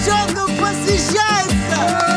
девчонкам посвящается.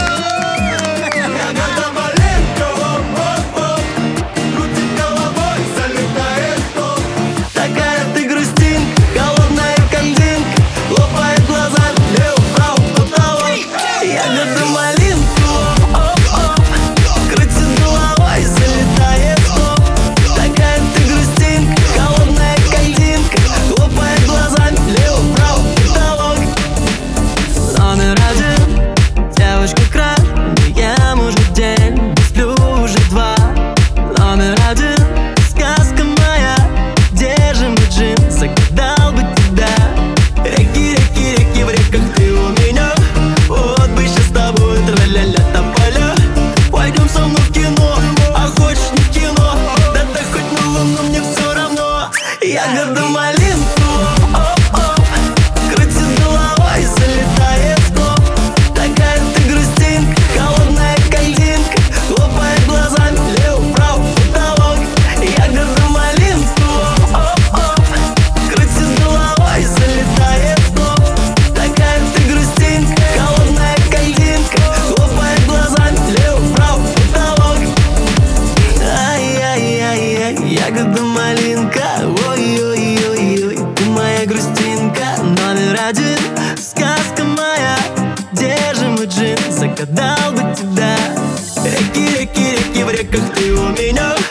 Ягода малинка, оп-оп-оп, крутит головой, залетает в топ. Такая ты грустинка, холодная кандинка, лопает глаза, лев-прав потолок. Ягода малинка, оп-оп-оп, крутит головой, залетает в топ. Такая ты грустинка, холодная кандинка, лопает глаза, лев-прав потолок. Номер один, девочка крайне, ем уже день, сплю уже два. Номер один, сказка моя, держим джин, загадал бы тебя. Реки, реки, реки, в реках ты у меня. Вот бы сейчас с тобой тра-ля-ля тополя. Пойдем со мной в кино, а хочешь не в кино, да ты хоть на луну, мне все равно. Ягода малинка, оп-оп, крутит головой, залетает в топ. Такая ты грустинка, холодная кандинка, лопает глазами, лев-прав потолок. Ягода малинка, оп-оп, крутит головой, залетает в топ. Такая ты грустинка, холодная кандинка, лопает глазами, лев-прав потолок. Ай-яй-яй-яй, ягода малинка, ой-ой-ой-ой, ты моя грустинка. Номер один, сказка моя, держим джин, загадал бы тебя. Реки, реки, реки, в реках ты у меня.